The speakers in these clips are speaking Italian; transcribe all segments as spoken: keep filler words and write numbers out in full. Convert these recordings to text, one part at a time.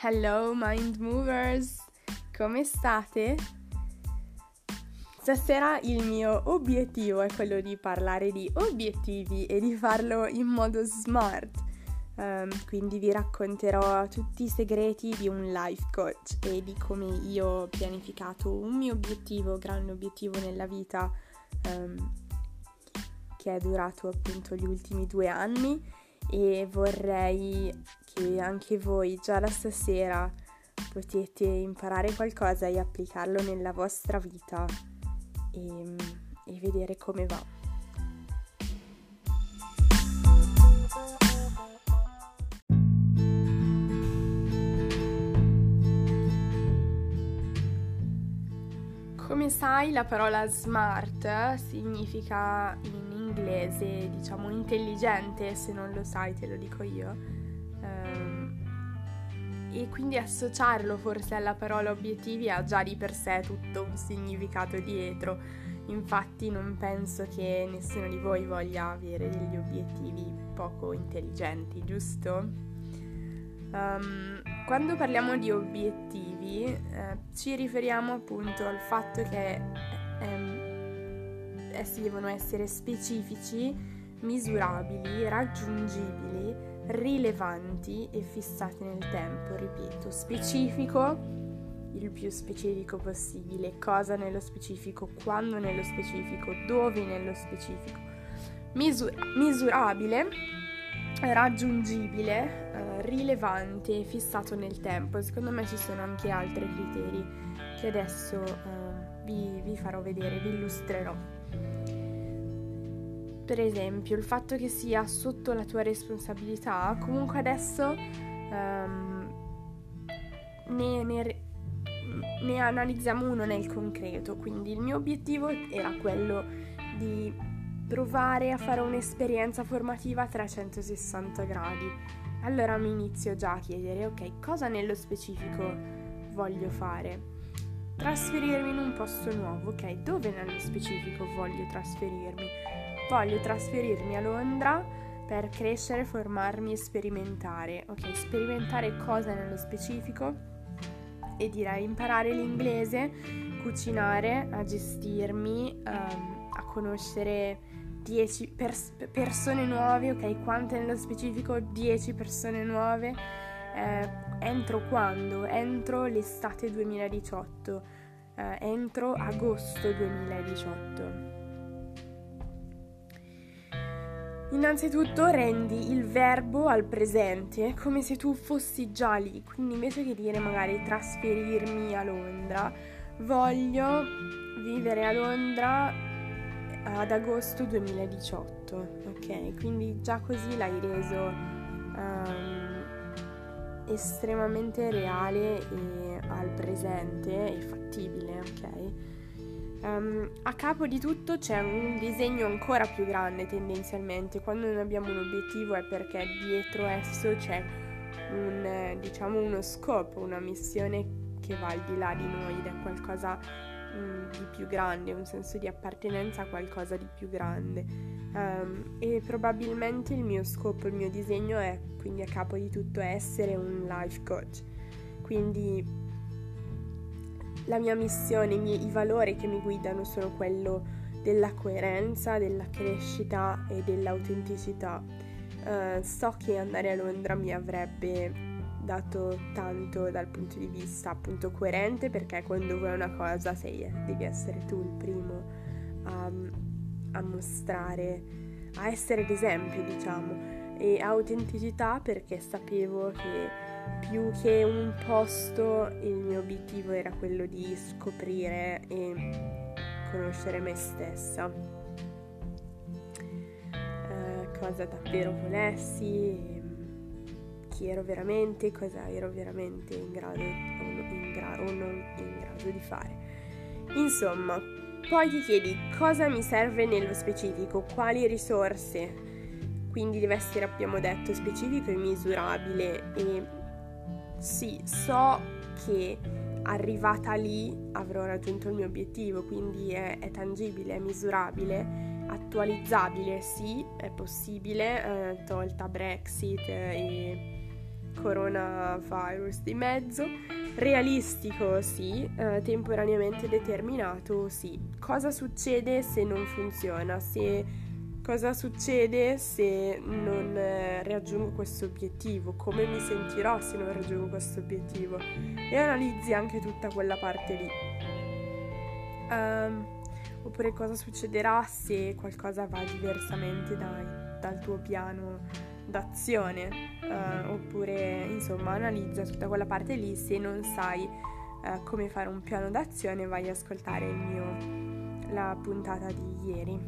Hello Mind Movers, come state? Stasera il mio obiettivo è quello di parlare di obiettivi e di farlo in modo smart, um, quindi vi racconterò tutti i segreti di un life coach e di come io ho pianificato un mio obiettivo, grande obiettivo nella vita, um, che è durato appunto gli ultimi due anni e vorrei che anche voi già da stasera potete imparare qualcosa e applicarlo nella vostra vita e, e vedere come va. Come sai, la parola smart significa in inglese, diciamo, intelligente, se non lo sai te lo dico io. Um, e quindi associarlo forse alla parola obiettivi ha già di per sé tutto un significato dietro. Infatti non penso che nessuno di voi voglia avere degli obiettivi poco intelligenti, giusto? Um, quando parliamo di obiettivi eh, ci riferiamo appunto al fatto che ehm, essi devono essere specifici, misurabili, raggiungibili, rilevanti e fissati nel tempo. Ripeto, specifico, il più specifico possibile, cosa nello specifico, quando nello specifico, dove nello specifico, Misura- misurabile, raggiungibile, eh, rilevante e fissato nel tempo. Secondo me ci sono anche altri criteri che adesso eh, vi, vi farò vedere, vi illustrerò. Per esempio il fatto che sia sotto la tua responsabilità. Comunque adesso ehm, ne, ne, ne analizziamo uno nel concreto. Quindi il mio obiettivo era quello di provare a fare un'esperienza formativa a trecentosessanta gradi. Allora mi inizio già a chiedere, ok, cosa nello specifico voglio fare? Trasferirmi in un posto nuovo, ok, dove nello specifico voglio trasferirmi? Voglio trasferirmi a Londra per crescere, formarmi e sperimentare. Ok, sperimentare cosa nello specifico? E direi imparare l'inglese, cucinare, a gestirmi, um, a conoscere dieci pers- persone nuove, ok? Quante nello specifico? dieci persone nuove. Eh, entro quando? Entro l'estate duemiladiciotto, eh, entro agosto duemiladiciotto. Innanzitutto rendi il verbo al presente come se tu fossi già lì, quindi invece che dire magari trasferirmi a Londra, voglio vivere a Londra ad agosto duemiladiciotto, ok? Quindi già così l'hai reso um, estremamente reale e al presente e fattibile, ok? Um, a capo di tutto c'è un disegno ancora più grande tendenzialmente. Quando non abbiamo un obiettivo è perché dietro esso c'è un, eh, diciamo uno scopo, una missione che va al di là di noi ed è qualcosa mh, di più grande, un senso di appartenenza a qualcosa di più grande. Um, e probabilmente il mio scopo, il mio disegno è, quindi a capo di tutto, essere un life coach. Quindi la mia missione, i miei i valori che mi guidano sono quello della coerenza, della crescita e dell'autenticità. Uh, so che andare a Londra mi avrebbe dato tanto dal punto di vista appunto coerente, perché quando vuoi una cosa sei, devi essere tu il primo a, a mostrare, a essere d'esempio, diciamo, e autenticità perché sapevo che più che un posto il mio obiettivo era quello di scoprire e conoscere me stessa, eh, cosa davvero volessi, chi ero veramente, cosa ero veramente in grado o, in gra- o non in grado di fare. Insomma, poi ti chiedi cosa mi serve nello specifico, quali risorse. Quindi deve essere, abbiamo detto, specifico e misurabile. E sì, so che arrivata lì avrò raggiunto il mio obiettivo, quindi è, è tangibile, è misurabile, attualizzabile, sì, è possibile, eh, tolta Brexit e coronavirus di mezzo. Realistico, sì. Uh, temporaneamente determinato, sì. Cosa succede se non funziona? Se cosa succede se non eh, raggiungo questo obiettivo? Come mi sentirò se non raggiungo questo obiettivo? E analizzi anche tutta quella parte lì. Um, oppure cosa succederà se qualcosa va diversamente dai, dal tuo piano d'azione, uh, oppure insomma analizza tutta quella parte lì. Se non sai uh, come fare un piano d'azione, vai ad ascoltare il mio, la puntata di ieri.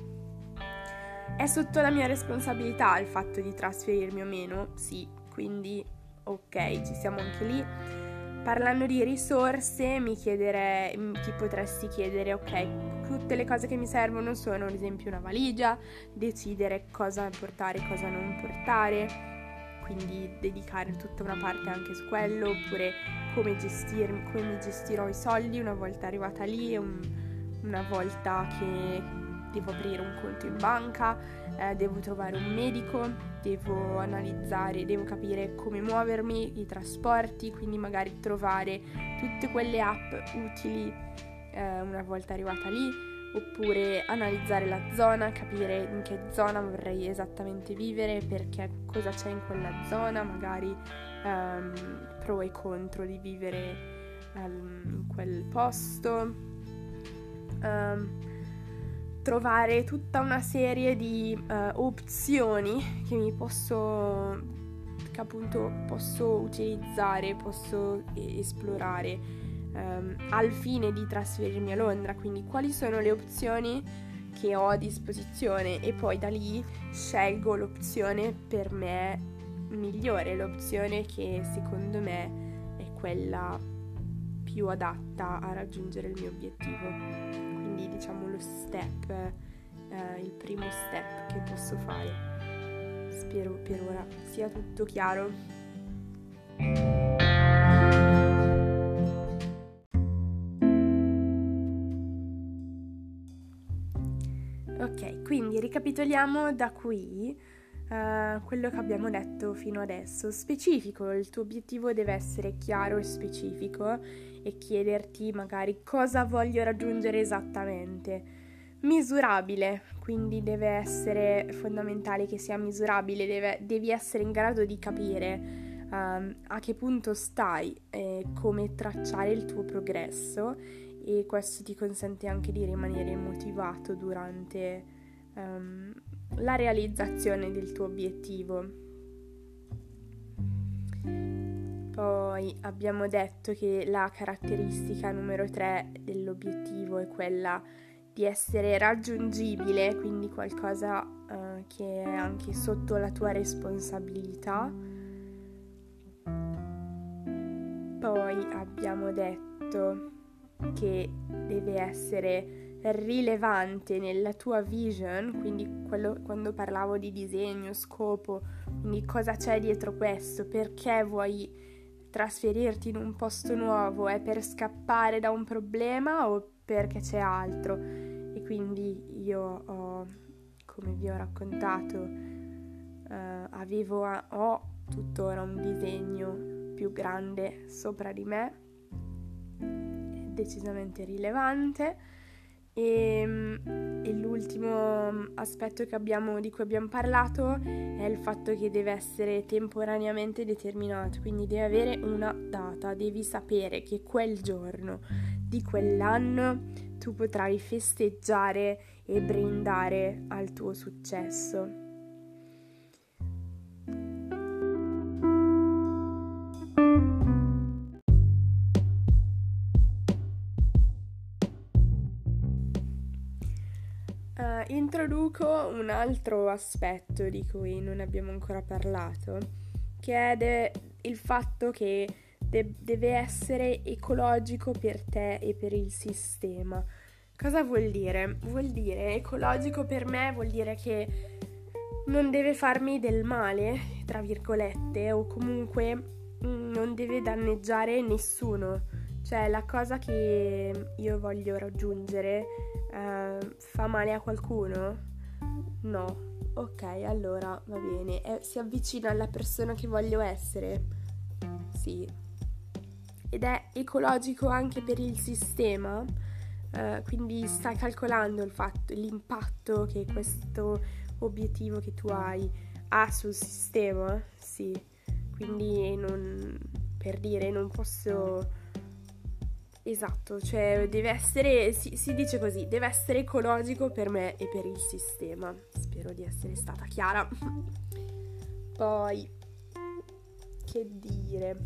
È sotto la mia responsabilità il fatto di trasferirmi o meno? Sì, quindi ok, ci siamo anche lì. Parlando di risorse, mi chiederei, ti potresti chiedere, ok, tutte le cose che mi servono sono ad esempio una valigia, decidere cosa portare e cosa non portare, quindi dedicare tutta una parte anche su quello, oppure come gestirmi, come mi gestirò i soldi una volta arrivata lì, un, una volta che devo aprire un conto in banca, eh, devo trovare un medico, devo analizzare, devo capire come muovermi, i trasporti, quindi magari trovare tutte quelle app utili eh, una volta arrivata lì, oppure analizzare la zona, capire in che zona vorrei esattamente vivere, perché cosa c'è in quella zona, magari ehm, pro e contro di vivere um, in quel posto. Um, trovare tutta una serie di uh, opzioni che mi posso che appunto posso utilizzare, posso esplorare um, al fine di trasferirmi a Londra, quindi quali sono le opzioni che ho a disposizione e poi da lì scelgo l'opzione per me migliore, l'opzione che secondo me è quella più adatta a raggiungere il mio obiettivo. Quindi diciamo lo step, eh, il primo step che posso fare. Spero per ora sia tutto chiaro. Ok, quindi ricapitoliamo da qui uh, quello che abbiamo detto fino adesso. Specifico, il tuo obiettivo deve essere chiaro e specifico e chiederti magari cosa voglio raggiungere esattamente. Misurabile, quindi deve essere fondamentale che sia misurabile, deve, devi essere in grado di capire um, a che punto stai e come tracciare il tuo progresso, e questo ti consente anche di rimanere motivato durante um, la realizzazione del tuo obiettivo. Poi abbiamo detto che la caratteristica numero tre dell'obiettivo è quella di essere raggiungibile, quindi qualcosa uh, che è anche sotto la tua responsabilità. Poi abbiamo detto che deve essere rilevante nella tua vision, quindi quello, quando parlavo di disegno, scopo, quindi cosa c'è dietro questo, perché vuoi trasferirti in un posto nuovo, è per scappare da un problema o perché c'è altro? E quindi io ho, come vi ho raccontato, eh, avevo, ho tuttora un disegno più grande sopra di me, decisamente rilevante. E, e l'ultimo aspetto che abbiamo, di cui abbiamo parlato è il fatto che deve essere temporaneamente determinato, quindi deve avere una data, devi sapere che quel giorno di quell'anno tu potrai festeggiare e brindare al tuo successo. Uh, introduco un altro aspetto di cui non abbiamo ancora parlato, che è de- il fatto che de- deve essere ecologico per te e per il sistema. Cosa vuol dire? Vuol dire ecologico per me, vuol dire che non deve farmi del male, tra virgolette, o comunque mh, non deve danneggiare nessuno. Cioè la cosa che io voglio raggiungere Uh, fa male a qualcuno? No. Ok, allora va bene. Eh, si avvicina alla persona che voglio essere? Sì. Ed è ecologico anche per il sistema? Uh, quindi stai calcolando il fatto, l'impatto che questo obiettivo che tu hai ha sul sistema? Sì. Quindi non, per dire, non posso... Esatto, cioè deve essere, si, si dice così, deve essere ecologico per me e per il sistema. Spero di essere stata chiara. Poi, che dire?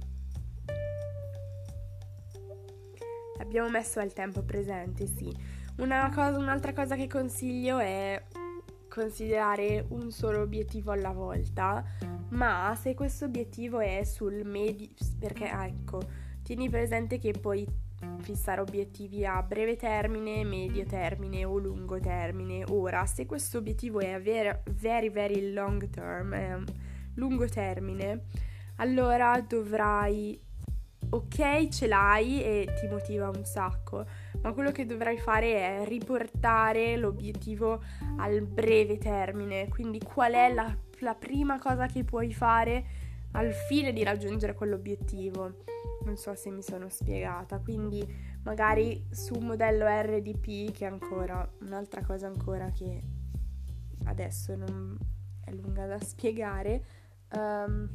Abbiamo messo al tempo presente, sì. Una cosa, un'altra cosa che consiglio è considerare un solo obiettivo alla volta, ma se questo obiettivo è sul medio, perché ecco, tieni presente che puoi fissare obiettivi a breve termine, medio termine o lungo termine. Ora, se questo obiettivo è very very, very long term, eh, lungo termine, allora dovrai, ok, ce l'hai e ti motiva un sacco, ma quello che dovrai fare è riportare l'obiettivo al breve termine. Quindi qual è la, la prima cosa che puoi fare al fine di raggiungere quell'obiettivo? Non so se mi sono spiegata. Quindi magari su un modello R D P, che è ancora un'altra cosa ancora che adesso non è lunga da spiegare, um,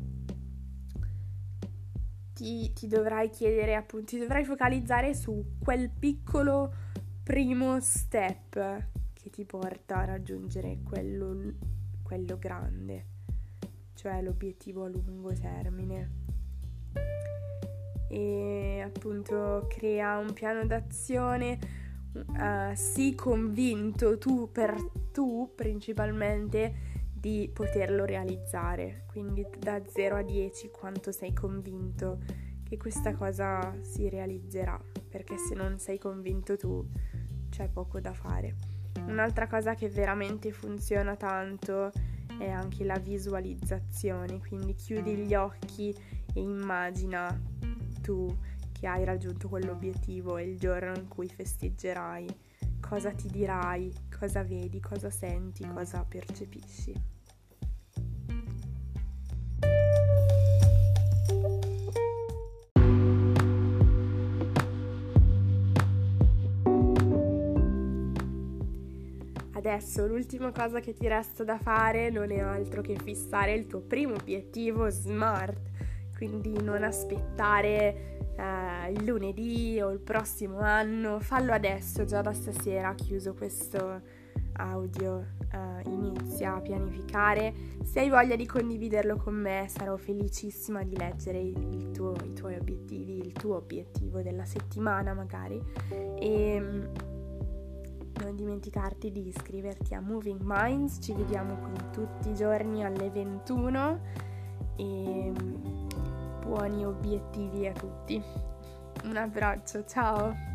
ti, ti dovrai chiedere, appunto, ti dovrai focalizzare su quel piccolo primo step che ti porta a raggiungere quello, quello grande, cioè l'obiettivo a lungo termine. E appunto crea un piano d'azione, uh, sii convinto tu per tu principalmente di poterlo realizzare, quindi da zero a dieci quanto sei convinto che questa cosa si realizzerà, perché se non sei convinto tu c'è poco da fare. Un'altra cosa che veramente funziona tanto è anche la visualizzazione, quindi chiudi gli occhi e immagina tu che hai raggiunto quell'obiettivo e il giorno in cui festeggerai, cosa ti dirai, cosa vedi, cosa senti, cosa percepisci. Adesso l'ultima cosa che ti resta da fare non è altro che fissare il tuo primo obiettivo SMART, quindi non aspettare eh, il lunedì o il prossimo anno, fallo adesso, già da stasera chiuso questo audio, eh, inizia a pianificare. Se hai voglia di condividerlo con me sarò felicissima di leggere il tuo, i tuoi obiettivi, il tuo obiettivo della settimana magari, e non dimenticarti di iscriverti a Moving Minds. Ci vediamo qui tutti i giorni alle ventuno e buoni obiettivi a tutti. Un abbraccio, ciao!